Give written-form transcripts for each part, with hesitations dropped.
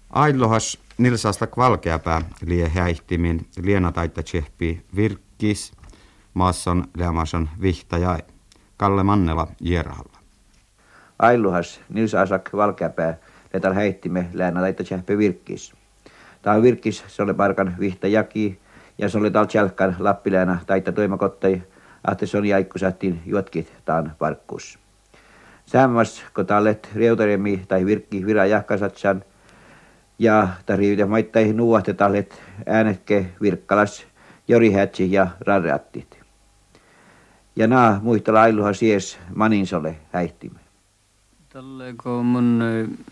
Ailohas nilsastak valkeapää lie häihtimin liena taita tsehpi virkkis maasson leamason vihtajai. Kalle Mannela Jerhalla. Ailohas nilsasak valkeapää letal häihtime liena taita tsehpi virkkis. Tämä virkkis se oli parkan vihtajaki ja se oli tal tjälkkan lappileena taita toimakottai, ahte se on jaikku sähtiin juotkit taan parkkuus. Säämmas, kun tallet reutaremi tai virkki vira jahkasatsan, ja tarvitaan maittai nuohte tallet äänetke virkkalas, jorihätsi ja rarreattit. Ja naa muistella ailuha sies maninsolle häihtimme. Tälle kun mun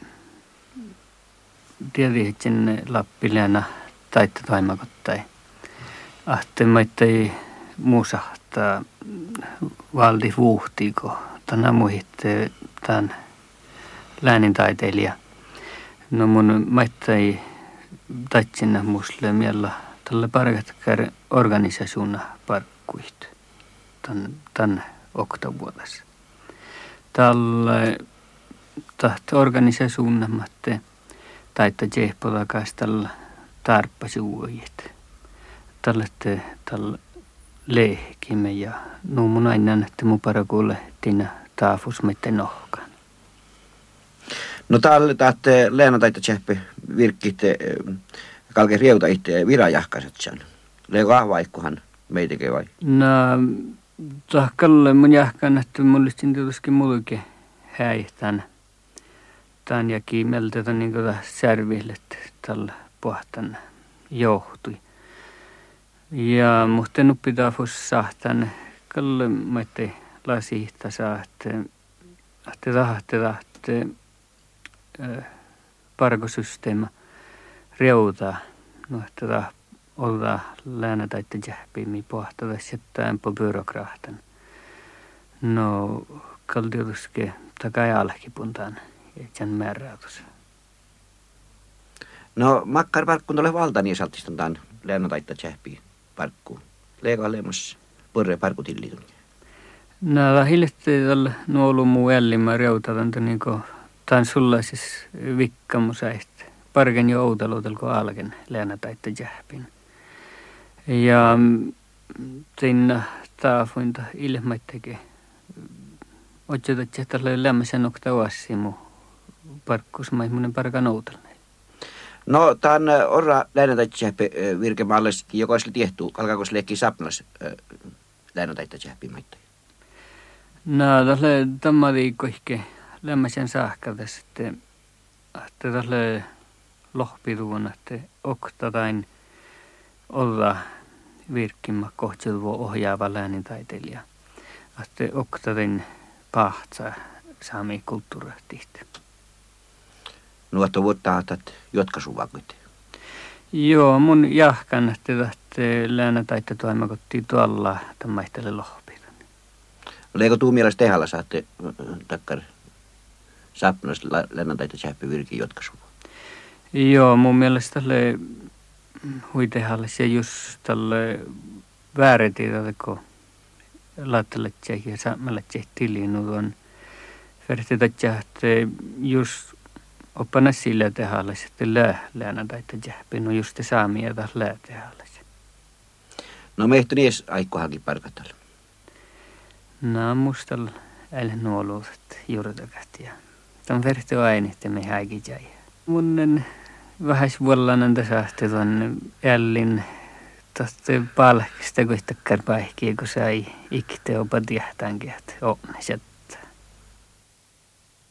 tiedihitsen lappileena taitta taimakottai. Ahte maittai muusahtaa valdi vuhtiiko. Tänä muihitte tämän läänintaiteilija. No mun maittai taitsinna muslimialla tällä parkatkar organisaationa parkkuit tän oktovuodessa. Tällä organisaationa matte taitta jehpolakas tällä tarppasuojit. Tällä lehkimme ja mun aina näette mun parakuulle tina taafus mette nohkaan. No täällä tähte Leena taita tsehpi virkkit kalke rieuta itse virajahkaset sen. Leeko ahvaikkuhan meitäkin vai? No tahkalle mun jahkaan, että mullistin tietysti mulke häihtän. Tän ja kiimeltä niin kuin särville tällä pohtan johtui. Ja muhte nuppi taafus sahtan kalle mette lasihta saatte tahte parkosysteema reutaa. No että olla läänä taitte jähpiimi pohtada sitten po byrokrahtan. No kaltiutuske takai alkipuntaan etsän määräytys. No makkar parkkun ole valta niin saltistuntaan Leena taitta jähpiä parkkuun. Leeko leemassa purre parkutillitun. No hiljattain tällä nuolu muu ellimä reutatan niinku tämän sullaisessa vikkamusäistä. Parken jo outeluutelko alken Leena taitta jähpin. Ja siinä taafuinta ilmaitteke. Otsetat tällä lämmöisen nokta uassimu parkkusmaimunen parkan outelne. No tämän orra Leena taitta jähpi virkemaalliskin jokaiselle tiehtuu. Alkaako se leikkiä sapnas Leena taitta jähpi maittain? No tälle tämä viikko ehkä lämmöisen saakkalta sitten, että tälle lohpiruun, että oktatain olla virkkimä kohtilua ohjaava läänintaiteilija. Että oktatain pahtsa saami kulttuuratihti. Nuotto vuotta että jotka suvakut. Joo, mun jahkan, että läänä taitte toimakotti tuolla tämmöistelle lohpiruun. Oliko tuu mielestä tehällä saatte takkar sapnoista Leena taitta jähpi virkin jotka suvaa? Joo, mun mielestä tälle huitehalle se just tälle vääretiedä, kun laattalle tsehi ja saamalla tsehi tiliin, on vertitä että just oppana sillä tehalle sitten Leena taitta jähpi, no just te saamia taas tehalle. No meihtä nies aikkohankin parkatalla. No mustalla äl nuoluuset juurtakat ja tämän vertio aina, että me häikin jäi. Munnen vähäis vuollanan tässä tuon ällin tästä palkista, kun sitä kärpäihkiä, kun sai ikte opa tiehtäänkin, että onne sieltä